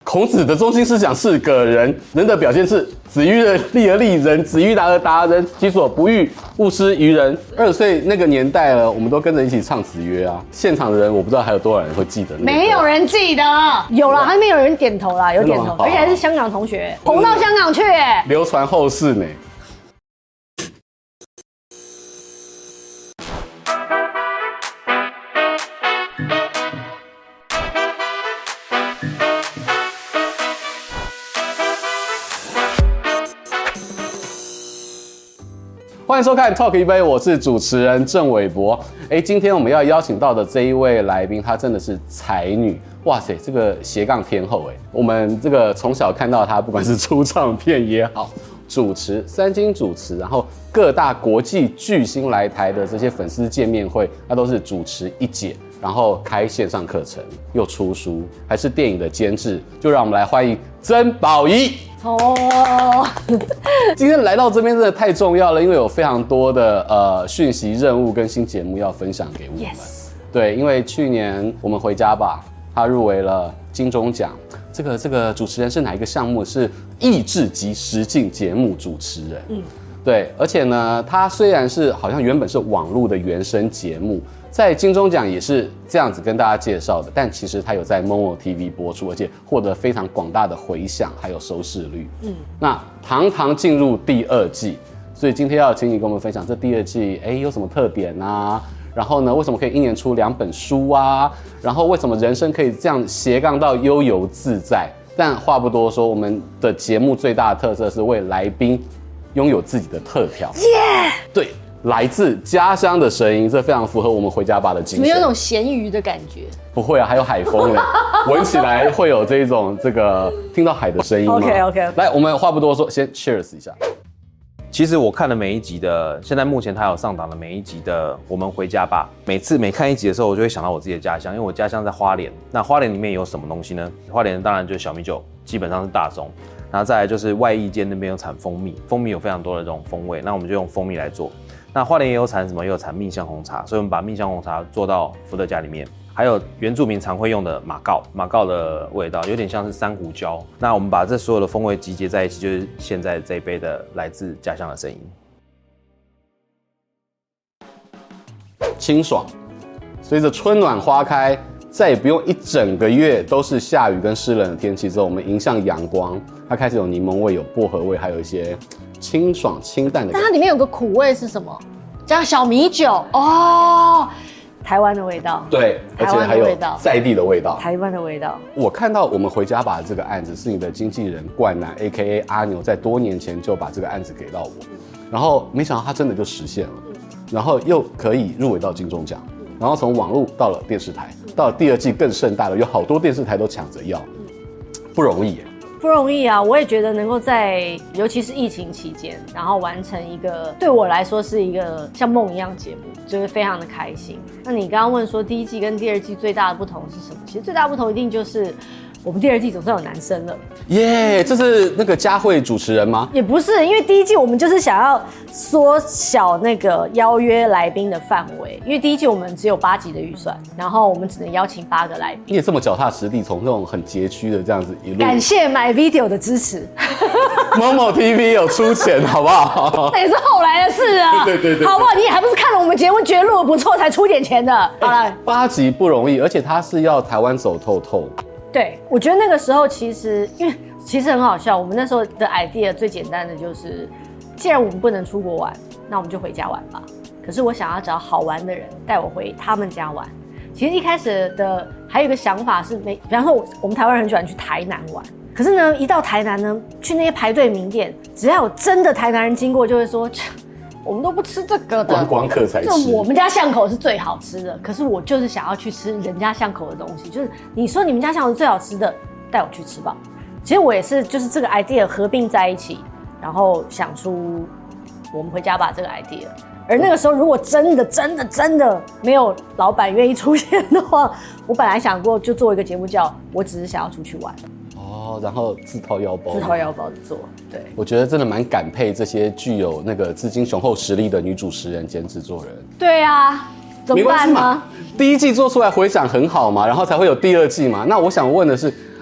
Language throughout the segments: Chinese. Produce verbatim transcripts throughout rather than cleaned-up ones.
孔子的中心思想是个人，人的表现是子欲立而立人，子欲达而达人，己所不欲，勿施于人。二十岁那个年代了，我们都跟着一起唱子曰啊。现场的人我不知道还有多少人会记得那个。 没有人记得，有啦，还没有人点头啦，有点头，而且还是香港同学，红到香港去耶， 流传后世呢。欢迎收看 Talk 一杯，我是主持人郑伟博。哎，今天我们要邀请到的这一位来宾，她真的是才女，哇塞，这个斜杠天后哎。我们这个从小看到她，不管是出唱片也好，主持三金主持，然后各大国际巨星来台的这些粉丝见面会，她都是主持一姐，然后开线上课程，又出书，还是电影的监制，就让我们来欢迎曾宝仪。哦，今天来到这边真的太重要了，因为有非常多的呃讯息、任务跟新节目要分享给我们。Yes. 对，因为去年我们回家吧，他入围了金钟奖。这个这个主持人是哪一个项目？是益智及实境节目主持人。嗯，对，而且呢，他虽然是好像原本是网络的原声节目。在金钟奖也是这样子跟大家介绍的，但其实它有在 Momo T V 播出，而且获得非常广大的回响，还有收视率。嗯，那堂堂进入第二季，所以今天要请你跟我们分享这第二季，哎，有什么特点啊？然后呢，为什么可以一年出两本书啊？然后为什么人生可以这样斜杠到悠游自在？但话不多说，我们的节目最大的特色是为来宾拥有自己的特调。耶、yeah! ，对。来自家乡的声音，这非常符合我们回家吧的精神。 怎么有种咸鱼的感觉？ 不会啊，还有海风嘞，闻起来会有这种这个听到海的声音吗 ？OK OK。 来，我们话不多说，先 cheers 一下。 其实我看了每一集的，现在目前它有上档的每一集的《我们回家吧》，每次每看一集的时候，我就会想到我自己的家乡，因为我家乡在花莲。那花莲里面有什么东西呢？花莲当然就是小米酒，基本上是大宗。然后再来就是外役间那边有产蜂蜜，蜂蜜有非常多的这种风味，那我们就用蜂蜜来做。那花莲也有产什么？也有产蜜香红茶，所以我们把蜜香红茶做到伏特加里面。还有原住民常会用的马告，马告的味道有点像是珊瑚礁。那我们把这所有的风味集结在一起，就是现在这一杯的来自家乡的声音。 清爽，随着春暖花开，再也不用一整个月都是下雨跟湿冷的天气之后，我们迎向阳光，它开始有柠檬味、有薄荷味，还有一些清爽清淡的感觉。 但它里面有个苦味是什么？加小米酒哦，台湾的味道。 对，而且还有在地的味道， 台湾的味道。 我看到我们回家吧这个案子是你的经纪人冠南 A K A 阿牛，在多年前就把这个案子给到我，然后没想到他真的就实现了，然后又可以入围到金钟奖，然后从网络到了电视台，到了第二季更盛大的，有好多电视台都抢着要，不容易耶。 不容易啊！我也觉得能够在，尤其是疫情期间，然后完成一个对我来说是一个像梦一样节目，就是非常的开心。那你刚刚问说第一季跟第二季最大的不同是什么？其实最大的不同一定就是我们第二季总算有男生了。 耶、yeah, 这是那个佳慧主持人吗？ 也不是，因为第一季我们就是想要缩小那个邀约来宾的范围，因为第一季我们只有八集的预算，然后我们只能邀请八个来宾。 你也这么脚踏实地，从那种很拮据的这样子一路。 感谢买 video 的支持。 Momo T V 有出钱，好不好？ 那也是后来的事啊。 对对 对, 对， 好不好？你也还不是看了我们节目觉得录得不错才出点钱的。好了、欸， 八集不容易，而且他是要台湾走透透。 对，我觉得那个时候其实，因为其实很好笑，我们那时候的 idea 最简单的就是，既然我们不能出国玩，那我们就回家玩吧。可是我想要找好玩的人带我回他们家玩。其实一开始的还有一个想法是没，比方说我们台湾人很喜欢去台南玩，可是呢，一到台南呢，去那些排队名店，只要有真的台南人经过，就会说。我们都不吃这个的， 观光客才吃。 就我们家巷口是最好吃的，可是我就是想要去吃人家巷口的东西。就是你说你们家巷口是最好吃的，带我去吃吧。其实我也是，就是这个 idea 合并在一起，然后想出我们回家吧这个 idea。而那个时候，如果真的真的真的没有老板愿意出现的话，我本来想过就做一个节目叫《我只是想要出去玩》。 哦，然后自掏腰包， 自掏腰包的做，对， 我觉得真的蛮感佩这些具有那个资金雄厚实力的女主持人兼制作人。 对啊，怎么办呢？ 第一季做出来回响很好嘛，然后才会有第二季嘛。那我想问的是，哎，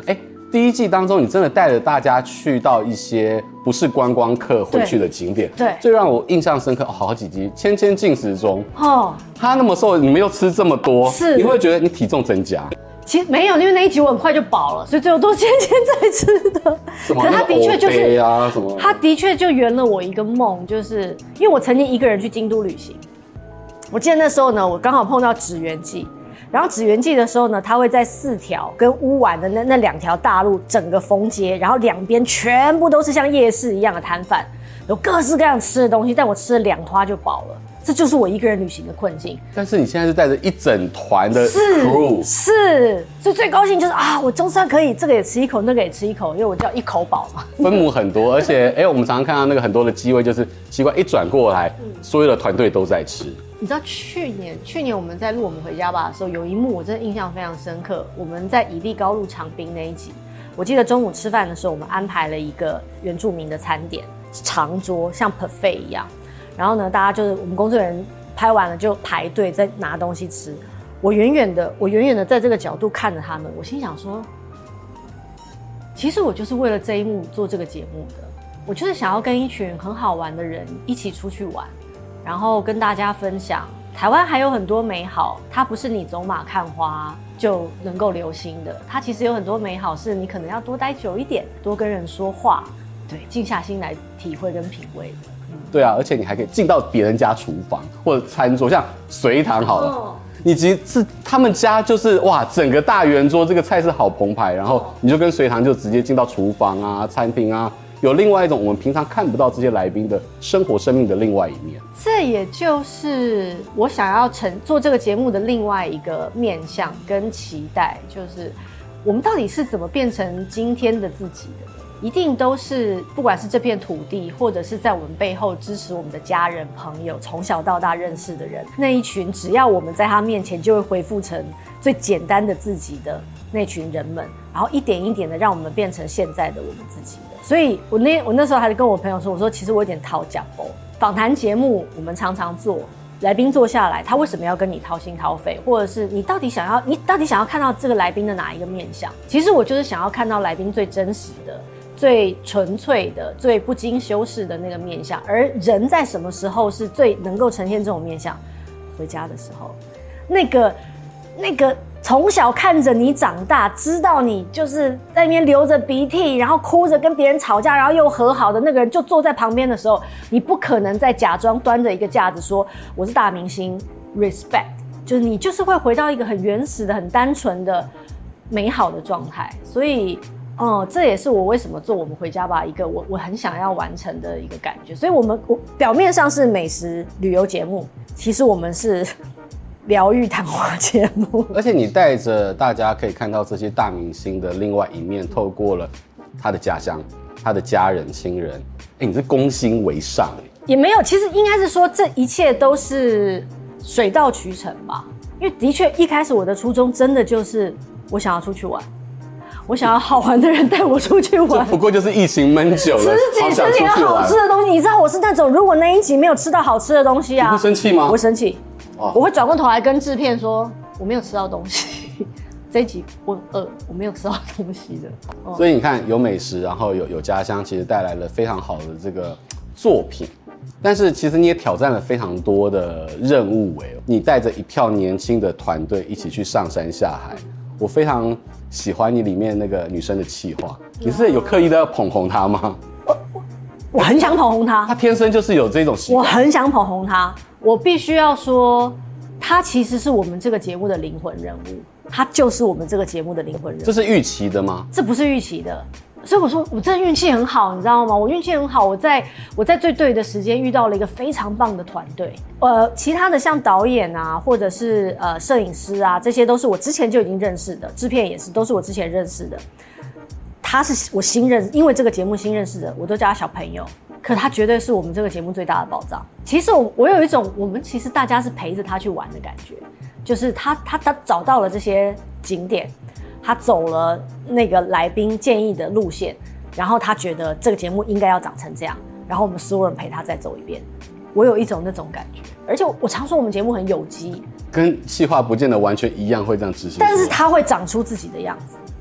第一季当中，你真的带着大家去到一些不是观光客会去的景点。 对， 最让我印象深刻，哦、好几集《千千进食中》 哦， 他那么瘦，你们又吃这么多， 是你会不会觉得你体重增加？ 其实没有，因为那一集我很快就饱了，所以最后都是千千在吃的。可是他的确就是， 啊、什么他的确就圆了我一个梦，就是因为我曾经一个人去京都旅行，我记得那时候呢，我刚好碰到指原记。然后指原记的时候呢，它会在四条跟乌丸的那那两条大路整个封街，然后两边全部都是像夜市一样的摊贩，有各式各样吃的东西，但我吃了两花就饱了。这就是我一个人旅行的困境。 但是你现在是带着一整团的 crew， 是，所以最高兴就是啊，我总算可以这个也吃一口，那个也吃一口，因为我叫一口饱嘛。 分母很多，而且哎、欸，我们常常看到那个很多的机位，就是奇怪一转过来，嗯、所有的团队都在吃。 你知道去年去年我们在录我们回家吧的时候，有一幕我真的印象非常深刻。我们在以利高路长滨那一集，我记得中午吃饭的时候，我们安排了一个原住民的餐点，长桌像 buffet 一样。然后呢，大家就是我们工作人员拍完了就排队在拿东西吃。我远远的，我远远的在这个角度看着他们，我心想说，其实我就是为了这一幕做这个节目的，我就是想要跟一群很好玩的人一起出去玩。然后跟大家分享，台湾还有很多美好，它不是你走马看花就能够流行的，它其实有很多美好是你可能要多待久一点，多跟人说话，对，静下心来体会跟品味的。嗯、 对啊，而且你还可以进到别人家厨房或者餐桌，像隋唐好了，哦、你其实是他们家就是哇，整个大圆桌这个菜式好澎湃，然后你就跟隋唐就直接进到厨房啊、餐厅啊。有另外一种我们平常看不到这些来宾的生活生命的另外一面， 这也就是我想要成做这个节目的另外一个面向跟期待，就是我们到底是怎么变成今天的自己的？一定都是不管是这片土地，或者是在我们背后支持我们的家人朋友，从小到大认识的人，那一群只要我们在他面前就会恢复成最简单的自己的那群人们，然后一点一点的让我们变成现在的我们自己的。所以我那我那时候还跟我朋友说，我说其实我有点讨讲哦，访谈节目我们常常做，来宾坐下来，他为什么要跟你掏心掏肺，或者是你到底想要你到底想要看到这个来宾的哪一个面向？其实我就是想要看到来宾最真实的、最纯粹的、最不经修饰的那个面向。而人在什么时候是最能够呈现这种面向？回家的时候，那个那个。从小看着你长大，知道你就是在那边流着鼻涕，然后哭着跟别人吵架，然后又和好的那个人就坐在旁边的时候，你不可能再假装端着一个架子说我是大明星 respect， 就是你就是会回到一个很原始的、很单纯的、美好的状态。所以，哦、嗯，这也是我为什么做我们回家吧一个我我很想要完成的一个感觉。所以我们我表面上是美食旅游节目，其实我们是疗愈谈话节目， 而且你带着大家可以看到这些大明星的另外一面，透过了他的家乡、他的家人、亲人。哎，你是攻心为上哎， 也没有，其实应该是说这一切都是水到渠成吧。因为的确一开始我的初衷真的就是我想要出去玩，我想要好玩的人带我出去玩。 不过就是疫情闷久了， 吃几吃点好吃的东西。你知道我是那种，如果那一集没有吃到好吃的东西啊， 你会生气吗？ 我会生气。我会转过头来跟制片说，我没有吃到东西，这一集我很饿，我没有吃到东西的。哦、 所以你看，有美食，然后有有家乡，其实带来了非常好的这个作品。但是其实你也挑战了非常多的任务哎，你带着一票年轻的团队一起去上山下海。我非常喜欢你里面那个女生的企划，你是有刻意的要捧红她吗？ 我我我很想捧红她， 她天生就是有这种习惯。 我很想捧红她。我必须要说，他其实是我们这个节目的灵魂人物，他就是我们这个节目的灵魂人物。 这是预期的吗？ 这不是预期的，所以我说我真的运气很好，你知道吗？我运气很好，我在我在最对的时间遇到了一个非常棒的团队。呃，其他的像导演啊，或者是呃摄影师啊，这些都是我之前就已经认识的，制片也是，都是我之前认识的。他是我新认，因为这个节目新认识的，我都叫他小朋友。可他绝对是我们这个节目最大的宝藏。其实我我有一种，我们其实大家是陪着他去玩的感觉，就是他他他找到了这些景点，他走了那个来宾建议的路线，然后他觉得这个节目应该要长成这样，然后我们所有人陪他再走一遍。我有一种那种感觉，而且我常说我们节目很有机， 跟企划不见得完全一样会这样执行， 但是他会长出自己的样子。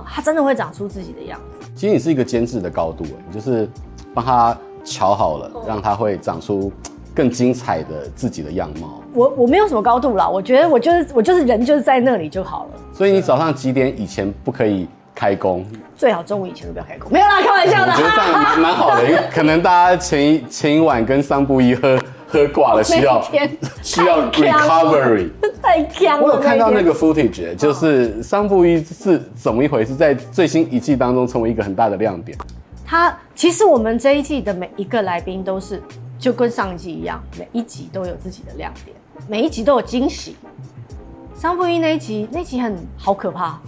他真的会长出自己的样子。 其实你是一个监制的高度，你就是帮他瞧好了，让他会长出更精彩的自己的样貌。 我我没有什么高度啦，我觉得我就是我就是人就是在那里就好了。 所以你早上几点以前不可以开工？ 最好中午以前都不要开工。没有啦，开玩笑的。 我觉得这样蛮蛮好的，因为可能大家前一前一晚跟桑布伊喝喝挂了，需要需要 recovery。 太强了！ 我有看到那个 footage， 就是桑布伊是怎么一回事，在最新一季当中成为一个很大的亮点。 他其实我们这一季的每一个来宾都是就跟上一季一样，每一集都有自己的亮点，每一集都有惊喜。桑布伊那一集，那一集很好可怕。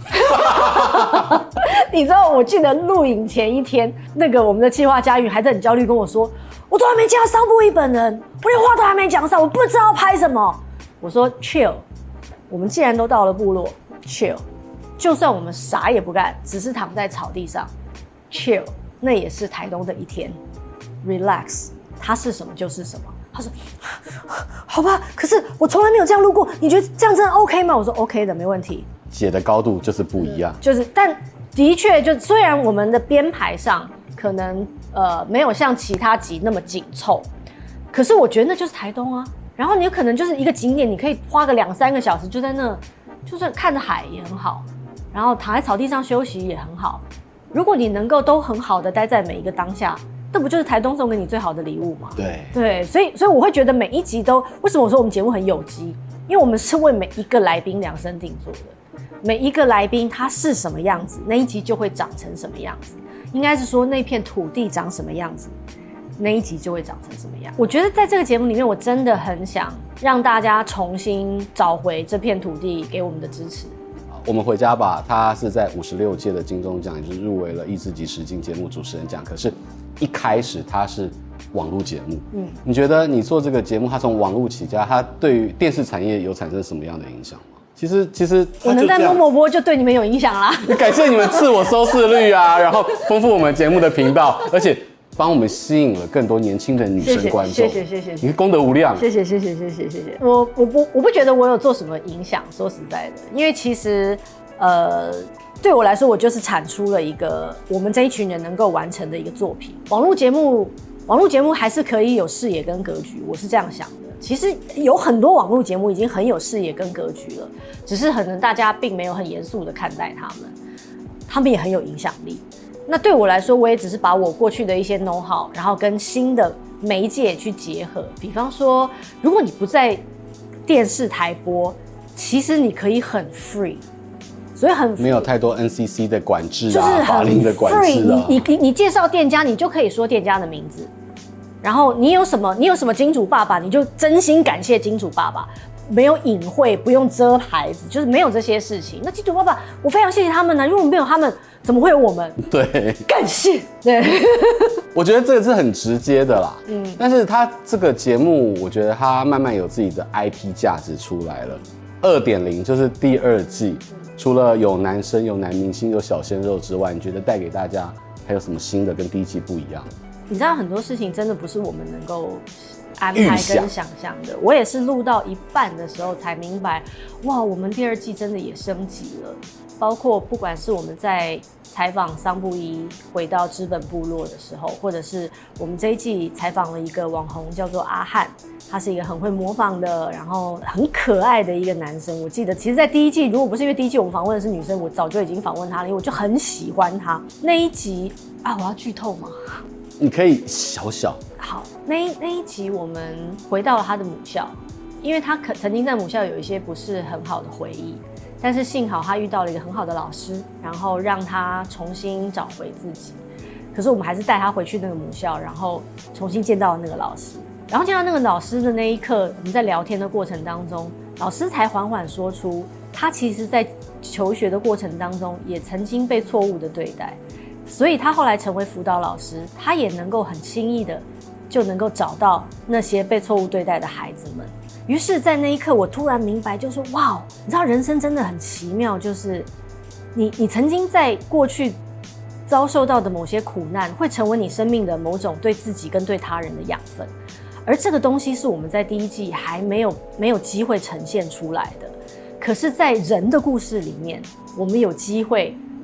你知道，我记得录影前一天，那个我们的企划嘉韵还在很焦虑跟我说，我都还没见到桑布伊本人，我连话都还没讲上，我不知道拍什么。我说 chill， 我们既然都到了部落 ，chill， 就算我们啥也不干，只是躺在草地上 ，chill， 那也是台东的一天 ，relax， 它是什么就是什么。他说：“好吧，可是我从来没有这样录过，你觉得这样真的 OK 吗？”我说 ：“OK 的，没问题。” 姐的高度就是不一样， 就是，但的确，就虽然我们的编排上可能呃没有像其他集那么紧凑，可是我觉得那就是台东啊。然后你有可能就是一个景点，你可以花个两三个小时就在那，就算看着海也很好，然后躺在草地上休息也很好。如果你能够都很好的待在每一个当下。那不就是台东送给你最好的礼物吗？ 对对，所以所以我会觉得每一集都，为什么我说我们节目很有机？因为我们是为每一个来宾量身定做的，每一个来宾他是什么样子，那一集就会长成什么样子。应该是说那片土地长什么样子，那一集就会长成什么样。我觉得在这个节目里面，我真的很想让大家重新找回这片土地给我们的支持。 我们回家吧，他是在五十六届的金钟奖，也就是入围了益智及实境节目主持人奖。可是，一开始他是网络节目，嗯，你觉得你做这个节目，他从网络起家，他对于电视产业有产生什么样的影响吗？其实，其实我能在默默播就对你们有影响啦。 感谢你们赐我收视率啊，然后丰富我们节目的频道，而且帮我们吸引了更多年轻的女生观众。 谢谢谢谢谢谢， 你功德无量。 谢谢谢谢谢谢谢谢。我我不我不觉得我有做什么影响，说实在的，因为其实呃对我来说，我就是产出了一个我们这一群人能够完成的一个作品。网络节目网络节目还是可以有视野跟格局，我是这样想的。其实有很多网络节目已经很有视野跟格局了，只是可能大家并没有很严肃的看待他们，他们也很有影响力。那对我来说，我也只是把我过去的一些 know how， 然后跟新的媒介去结合。比方说，如果你不在电视台播，其实你可以很 free， 所以很 free， 没有太多 N C C 的管制啊， 就是法令的管制啊。 你你你介绍店家，你就可以说店家的名字。然后你有什么，你有什么金主爸爸，你就真心感谢金主爸爸，没有隐晦，不用遮牌子，就是没有这些事情。那金主爸爸，我非常谢谢他们呢、啊，因为我们没有他们，怎么会有我们？ 对， 感谢。对， 我觉得这个是很直接的啦。嗯，但是他这个节目，我觉得他慢慢有自己的 I P 价值出来了。二点零就是第二季，除了有男生、有男明星、有小鲜肉之外，你觉得带给大家还有什么新的跟第一季不一样？ 你知道很多事情真的不是我们能够安排跟想象的。我也是录到一半的时候才明白，哇，我们第二季真的也升级了。包括不管是我们在采访桑布伊回到知本部落的时候，或者是我们这一季采访了一个网红叫做阿汉，他是一个很会模仿的，然后很可爱的一个男生。我记得其实在第一季，如果不是因为第一季我们访问的是女生，我早就已经访问他了，因为我就很喜欢他。那一集啊，我要剧透吗？ 你可以小小好，那一那一集我们回到了他的母校，因为他可曾经在母校有一些不是很好的回忆，但是幸好他遇到了一个很好的老师，然后让他重新找回自己。可是我们还是带他回去那个母校，然后重新见到了那个老师。然后见到那个老师的那一刻，我们在聊天的过程当中，老师才缓缓说出，他其实在求学的过程当中也曾经被错误的对待。所以他后来成为辅导老师，他也能够很轻易的就能够找到那些被错误对待的孩子们。于是在那一刻我突然明白，就是哇，你知道人生真的很奇妙，就是你你曾经在过去遭受到的某些苦难会成为你生命的某种对自己跟对他人的养分，而这个东西是我们在第一季还没有没有机会呈现出来的。可是在人的故事里面，我们有机会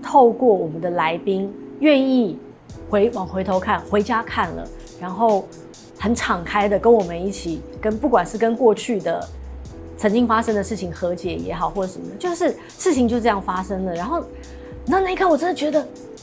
透过我们的来宾愿意回往回头看，回家看了，然后很敞开的跟我们一起，跟不管是跟过去的曾经发生的事情和解也好，或者什么的，就是事情就这样发生了。然后，那那一刻我真的觉得，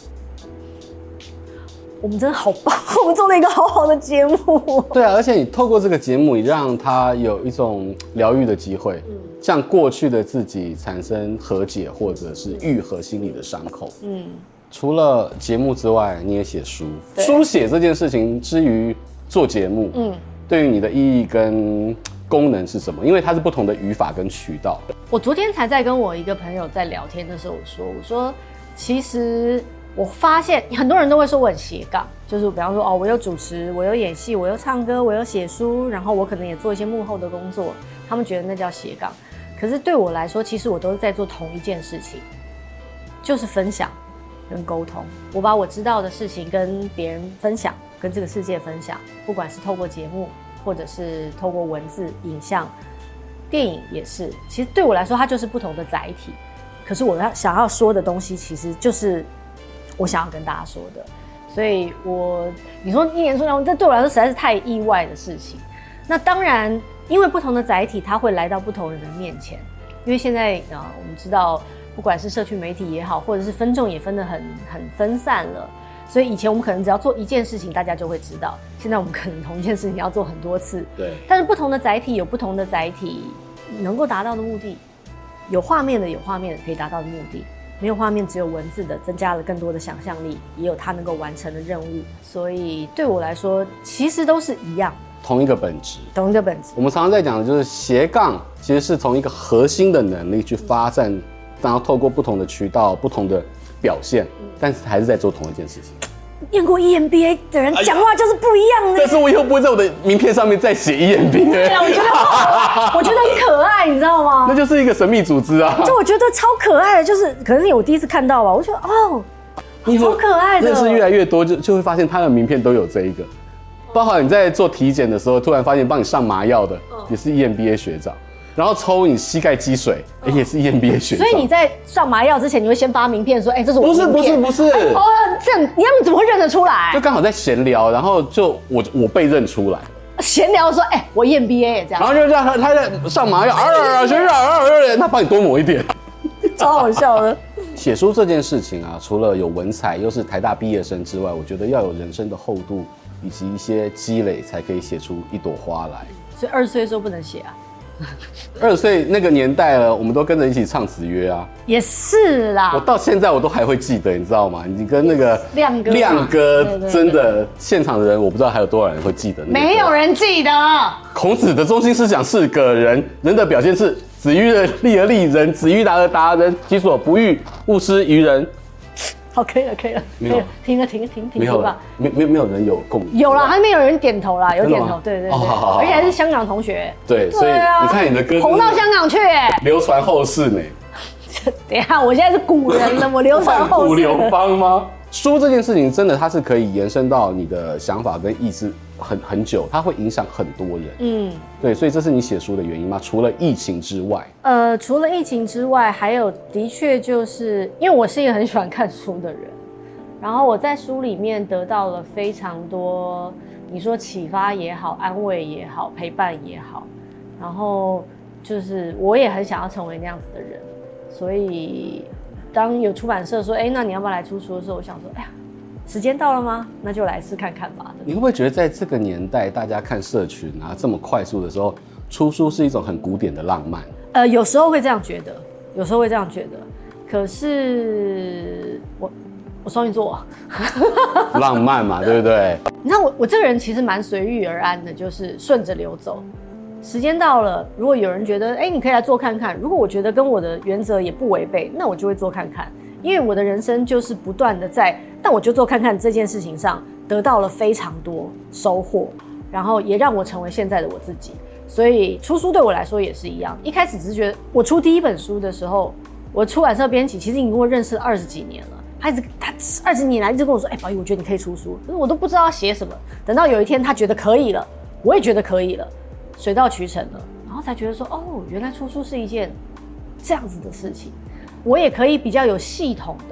我们真的好棒，我们做了一个好好的节目。 对啊，而且你透过这个节目，你让他有一种疗愈的机会，嗯，向过去的自己产生和解，或者是愈合心理的伤口。嗯，除了节目之外，你也写书，书写这件事情之于做节目，嗯，对于你的意义跟功能是什么？因为它是不同的语法跟渠道。 我昨天才在跟我一个朋友在聊天的时候，我说，我说其实。我发现很多人都会说我很斜杠，就是比方说哦，我有主持，我有演戏，我有唱歌，我有写书，然后我可能也做一些幕后的工作，他们觉得那叫斜杠。可是对我来说，其实我都是在做同一件事情，就是分享跟沟通。我把我知道的事情跟别人分享，跟这个世界分享，不管是透过节目，或者是透过文字、影像、电影也是。其实对我来说，它就是不同的载体。可是我要想要说的东西，其实就是我想要跟大家说的，所以我你说一年出两，这对我来说实在是太意外的事情。那当然，因为不同的载体，它会来到不同人的面前。因为现在啊，我们知道，不管是社区媒体也好，或者是分众也分得很很分散了。所以以前我们可能只要做一件事情，大家就会知道。现在我们可能同一件事情要做很多次。 对。 但是不同的载体有不同的载体能够达到的目的，有画面的有画面的可以达到的目的。没有画面，只有文字的，增加了更多的想象力，也有它能够完成的任务。所以对我来说，其实都是一样， 同一个本质， 同一个本质。 我们常常在讲的就是斜杠，其实是从一个核心的能力去发展，然后透过不同的渠道、不同的表现，但是还是在做同一件事情。 念过 E M B A 的人讲话就是不一样的。 但是我以后不会在我的名片上面再写 E M B A。 对啊，我觉得我觉得很可爱，你知道吗？ 那就是一个神秘组织啊。 就我觉得超可爱的，就是可能是我第一次看到吧，我觉得哦，超可爱的。 认识越来越多，就就会发现他的名片都有这一个，包括你在做体检的时候，突然发现帮你上麻药的也是 E M B A 学长。然后抽你膝盖积水，哎、欸，也是 E M B A 学长。 所以你在上麻药之前，你会先发名片说，哎、欸，这是我的名片。 不是不是不是。 哦，这样你要怎么会认得出来？ 就刚好在闲聊，然后就我我被认出来了。 闲聊说，哎、欸，我 E M B A 也这样。 然后就让他他在上麻药，啊啊学长啊，他帮你多抹一点， 超好笑的。 写书这件事情啊，除了有文采，又是台大毕业生之外，我觉得要有人生的厚度以及一些积累，才可以写出一朵花来。 所以二十岁的时候不能写啊。 二十岁那个年代了，我们都跟着一起唱子曰啊， 也是啦。 我到现在我都还会记得，你知道吗？你跟那个亮哥， 亮哥真的现场的人，我不知道还有多少人会记得。 没有人记得。 孔子的中心思想是个人，人的表现是子欲的利而利人，子欲达而达人，己所不欲，勿施于人。 好，可以了，可以了，可以了，停了，停了，停停停吧。 没没没有人有共鸣。 有啦，还没有人点头啦，有点头，对对对， 哦、好好好， 而且还是香港同学。 对，所以你看你的歌红到香港去， 流传后世呢。 等一下，我现在是古人了，我流传后世。 古流芳吗？书这件事情真的，它是可以延伸到你的想法跟意志很很久，它会影响很多人。嗯，对，所以这是你写书的原因吗？除了疫情之外， 呃，除了疫情之外，还有的确就是因为我是一个很喜欢看书的人，然后我在书里面得到了非常多，你说启发也好，安慰也好，陪伴也好，然后就是我也很想要成为那样子的人，所以。当有出版社说，哎、欸，那你要不要来出书的时候，我想说，哎呀，时间到了吗？那就来试看看吧。 你会不会觉得在这个年代，大家看社群啊这么快速的时候，出书是一种很古典的浪漫？ 呃，有时候会这样觉得，有时候会这样觉得。可是我我双鱼座， 浪漫嘛，对不对？ 你知道我我这个人其实蛮随遇而安的，就是顺着流走。时间到了，如果有人觉得，哎、欸，你可以来做看看。如果我觉得跟我的原则也不违背，那我就会做看看。因为我的人生就是不断的在，但我就做看看这件事情上得到了非常多收获，然后也让我成为现在的我自己。所以出书对我来说也是一样。一开始只是觉得，我出第一本书的时候，我出版社编辑其实已经跟我认识了二十几年了。他一直他二十年来一直跟我说，哎、欸，宝仪，我觉得你可以出书，可是我都不知道要写什么。等到有一天他觉得可以了，我也觉得可以了。水到渠成了，然后才觉得说，哦，原来出书是一件这样子的事情，我也可以比较有系统的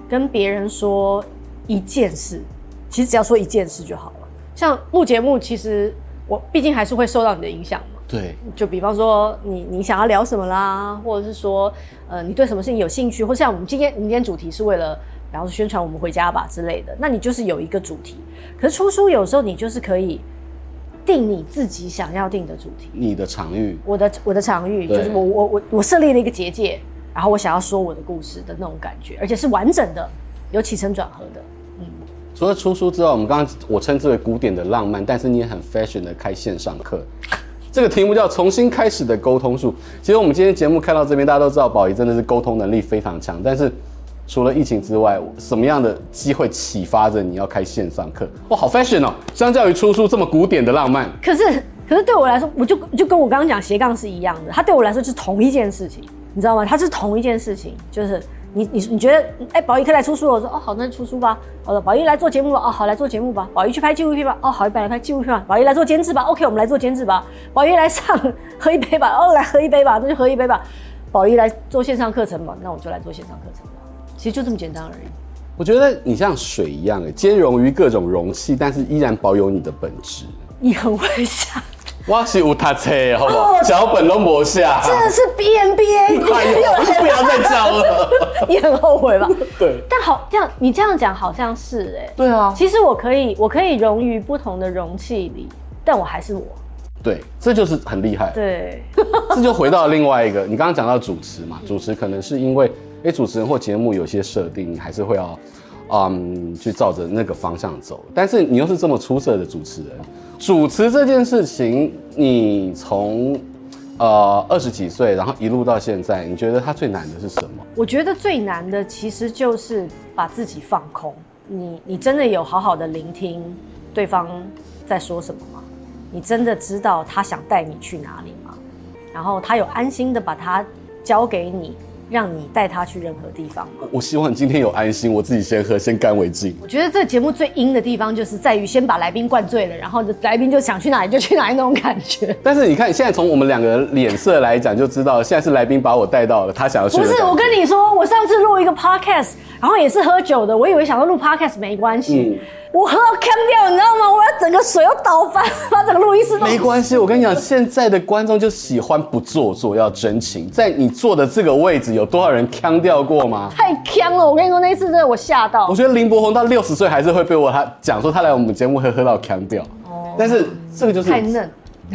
跟别人说一件事，其实只要说一件事就好了。像录节目，其实我毕竟还是会受到你的影响嘛。 对， 就比方说你你想要聊什么啦，或者是说呃你对什么事情有兴趣，或像我们今天我们今天主题是为了，比方说宣传我们回家吧之类的，那你就是有一个主题。可是出书有时候你就是可以定你自己想要定的主题， 你的场域， 我的我的场域就是我我我我设立了一个结界，然后我想要说我的故事的那种感觉，而且是完整的，有起承转合的。嗯， 除了出书之外，我们刚刚我称之为古典的浪漫，但是你也很 fashion 的开线上课。这个题目叫重新开始的沟通术。其实我们今天节目看到这边，大家都知道宝仪真的是沟通能力非常强。但是除了疫情之外，什么样的机会启发着你要开线上课？哇，好 fashion 哦！相较于出书这么古典的浪漫， 可是可是对我来说，我就就跟我刚刚讲斜杠是一样的，它对我来说就是同一件事情，你知道吗？它是同一件事情，就是你你你觉得，哎、欸，宝仪可以来出书了，我说哦好，那就出书吧。好了，宝仪来做节目吧，哦好，来做节目吧。宝仪去拍纪录片吧，哦好，来拍纪录片吧。宝仪来做监制吧 ，OK， 我们来做监制吧。宝仪来上喝一杯吧，哦来喝一杯吧，那就喝一杯吧。宝仪来做线上课程吧，那我就来做线上课程吧。其实就这么简单而已。 我觉得你像水一样，兼容于各种容器，但是依然保有你的本质。 你很会想。 我是有读册，好不好？脚本都磨下。 真的是 B M B A， 哎呦，不要再教了。 你很后悔吧？ 对。 但好，这样你这样讲好像是哎、欸。 对啊。 其实我可以，我可以融于不同的容器里，但我还是我。 对，这就是很厉害。 对。 这就回到另外一个，你刚刚讲到主持嘛，主持可能是因为，哎、欸，主持人或节目有些设定，你还是会要，嗯，去照着那个方向走。但是你又是这么出色的主持人。主持这件事情，你从呃二十几岁，然后一路到现在，你觉得它最难的是什么？ 我觉得最难的其实就是把自己放空。你你真的有好好的聆听对方在说什么吗？你真的知道他想带你去哪里吗？然后他有安心的把他交给你，让你带他去任何地方吗？ 我希望你今天有安心，我自己先喝，先干为敬。 我觉得这个节目最阴的地方就是在于先把来宾灌醉了，然后来宾就想去哪里就去哪里那种感觉。 但是你看，现在从我们两个脸色来讲，就知道现在是来宾把我带到了他想要去的感觉。 不是，我跟你说，我上次录一个 podcast， 然后也是喝酒的，我以为想要录 podcast 没关系。嗯，我喝到呛掉，你知道吗？我要整个水要倒翻，把整个录音室都。 没关系，我跟你讲，现在的观众就喜欢不做作，要真情。在你坐的这个位置，有多少人呛掉过吗？ 太呛了！我跟你说，那一次真的我吓到。 我觉得林柏宏到六十岁还是会被我他讲说他来我们节目会喝到呛掉。哦。但是这个就是太嫩。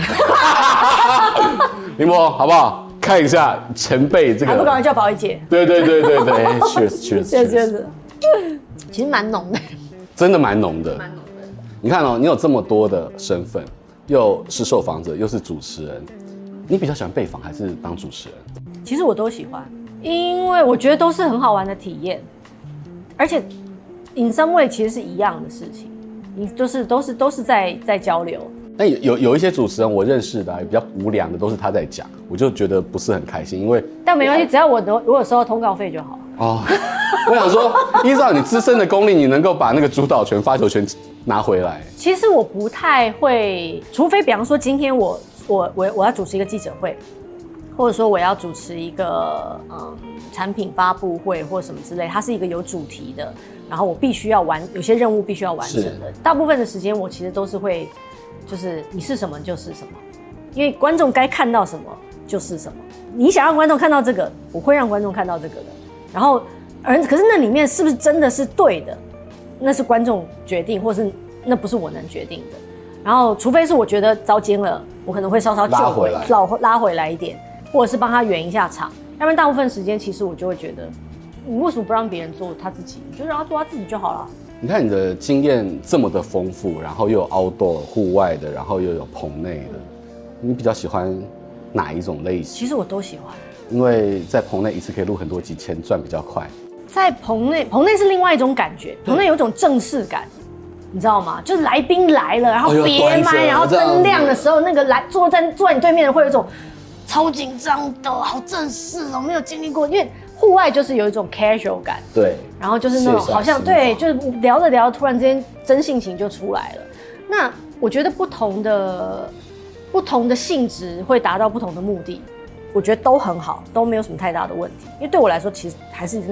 林柏宏好不好？看一下前辈这个。 还不赶快叫宝仪姐？ 对对对对对 ，Cheers Cheers Cheers。其实蛮浓的。 真的蛮浓的，蛮浓的。你看哦，你有这么多的身份，又是受访者，又是主持人，你比较喜欢被访还是当主持人？ 其实我都喜欢，因为我觉得都是很好玩的体验，而且 in some way 其实是一样的事情，你都是都是都是在在交流。 但有有一些主持人我认识的、啊、比较无良的，都是他在讲，我就觉得不是很开心，因为但没关系，只要我如果收到通告费就好。 哦，我想说，依照你资深的功力，你能够把那个主导权、发球权拿回来。 其实我不太会，除非比方说今天我我我我要主持一个记者会，或者说我要主持一个嗯产品发布会或什么之类，它是一个有主题的，然后我必须要完有些任务必须要完成的。大部分的时间我其实都是会，就是你是什么就是什么，因为观众该看到什么就是什么。你想让观众看到这个，我会让观众看到这个的。然后，而可是那里面是不是真的是对的？那是观众决定，或是那不是我能决定的。然后，除非是我觉得糟践了，我可能会稍稍救回来，拉拉回来一点，或者是帮他圆一下场。要不然大部分时间，其实我就会觉得，你为什么不让别人做他自己？你就让他做他自己就好了。 你看你的经验这么的丰富，然后又有 outdoor 户外的，然后又有棚内的，你比较喜欢哪一种类型？ 其实我都喜欢。 因为在棚内一次可以录很多集，钱赚比较快。 在棚内，棚内是另外一种感觉，棚内有一种正式感，你知道吗？就是来宾来了，然后别麦，然后灯亮的时候，那个来坐在坐在你对面的会有一种超紧张的，好正式哦，没有经历过。因为户外就是有一种 casual 感， 对， 然后就是那种好像对，就是聊着聊着，突然之间真性情就出来了。那我觉得不同的不同的性质会达到不同的目的。我觉得都很好，都没有什么太大的问题。因为对我来说，其实还是那种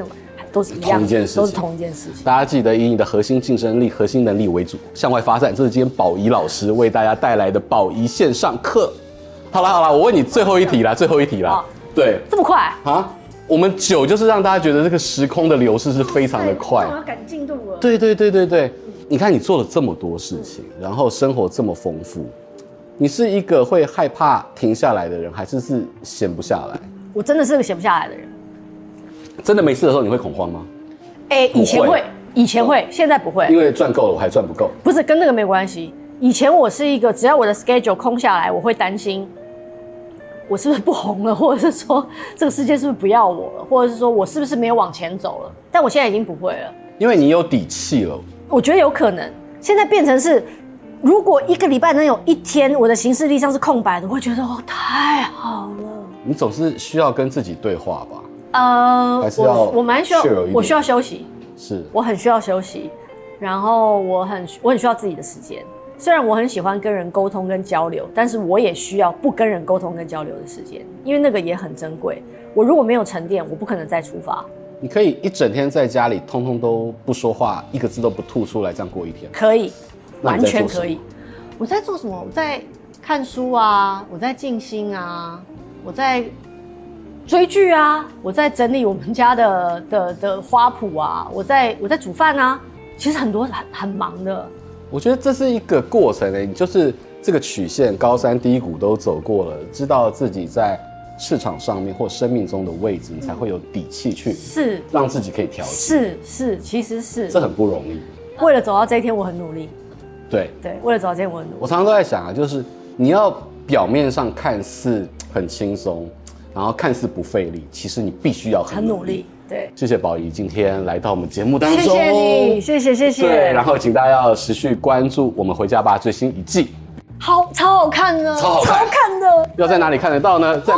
都是一样， 同一件事情都是同一件事情。 大家记得以你的核心竞争力、核心能力为主，向外发展。这是今天宝仪老师为大家带来的宝仪线上课。好了好了，我问你最后一题啦，最后一题啦。对， 这么快啊？我们酒就是让大家觉得这个时空的流逝是非常的快。 我要赶进度了。 对对对对对，你看你做了这么多事情，然后生活这么丰富，你是一个会害怕停下来的人，还是是闲不下来？ 我真的是个闲不下来的人。 真的没事的时候你会恐慌吗？ 哎、欸，以前会，以前会，现在不会。 因为赚够了，我还赚不够。 不是跟那个没关系。以前我是一个，只要我的 schedule 空下来，我会担心。我是不是不红了，或者是说这个世界是不是不要我了，或者是说我是不是没有往前走了？但我现在已经不会了， 因为你有底气了。 我觉得有可能，现在变成是，如果一个礼拜能有一天我的行事历上是空白的，我会觉得哦太好了。 你总是需要跟自己对话吧？ 呃， 还是要我我蛮需要，我需要休息， 是我很需要休息，然后我很我很需要自己的时间。虽然我很喜欢跟人沟通跟交流，但是我也需要不跟人沟通跟交流的时间，因为那个也很珍贵。我如果没有沉淀，我不可能再出发。 你可以一整天在家里，通通都不说话，一个字都不吐出来，这样过一天？ 可以，完那你在做什么全可以。我在做什么？我在看书啊，我在静心啊，我在追剧啊，我在整理我们家的的的花圃啊，我在我在煮饭啊。其实很多很很忙的。 我觉得这是一个过程诶，你就是这个曲线高山低谷都走过了，知道自己在市场上面或生命中的位置，你才会有底气去是让自己可以调整。 是是，其实是这很不容易。 为了走到这一天，我很努力。 对对，为了走到这一天，我很努力。 我常常都在想啊，就是你要表面上看似很轻松，然后看似不费力，其实你必须要很努力。 很努力。对， 谢谢宝仪今天来到我们节目当中， 谢谢你，谢谢谢谢。 对，然后请大家要持续关注我们回家吧最新一季， 好超好看的， 超好看超看的。 要在哪里看得到呢？在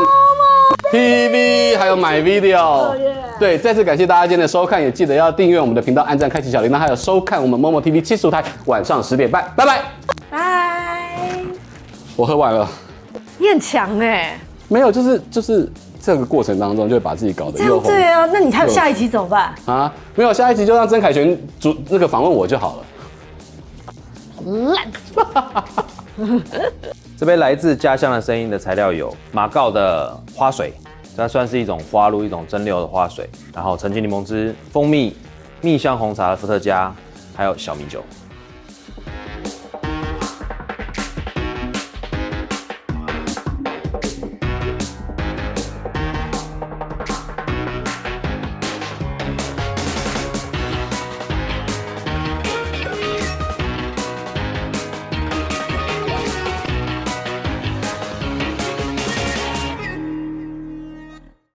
T V 还有 My Video。 哦耶对，再次感谢大家今天的收看，也记得要订阅我们的频道，按赞、开启小铃铛，还有收看我们 Momo T V 七十五台晚上十点半，拜拜。 拜。 我喝完了， 你很强哎。 没有，就是就是这个过程当中就会把自己搞得这又红样对啊，那你还有下一集怎么办？ 啊，没有，下一集就让曾凯旋主那个访问我就好了。 烂。 这杯来自家乡的声音的材料有马告的花水，它算是一种花露，一种蒸馏的花水，然后陈青柠檬汁、蜂蜜、蜜香红茶的伏特加，还有小米酒。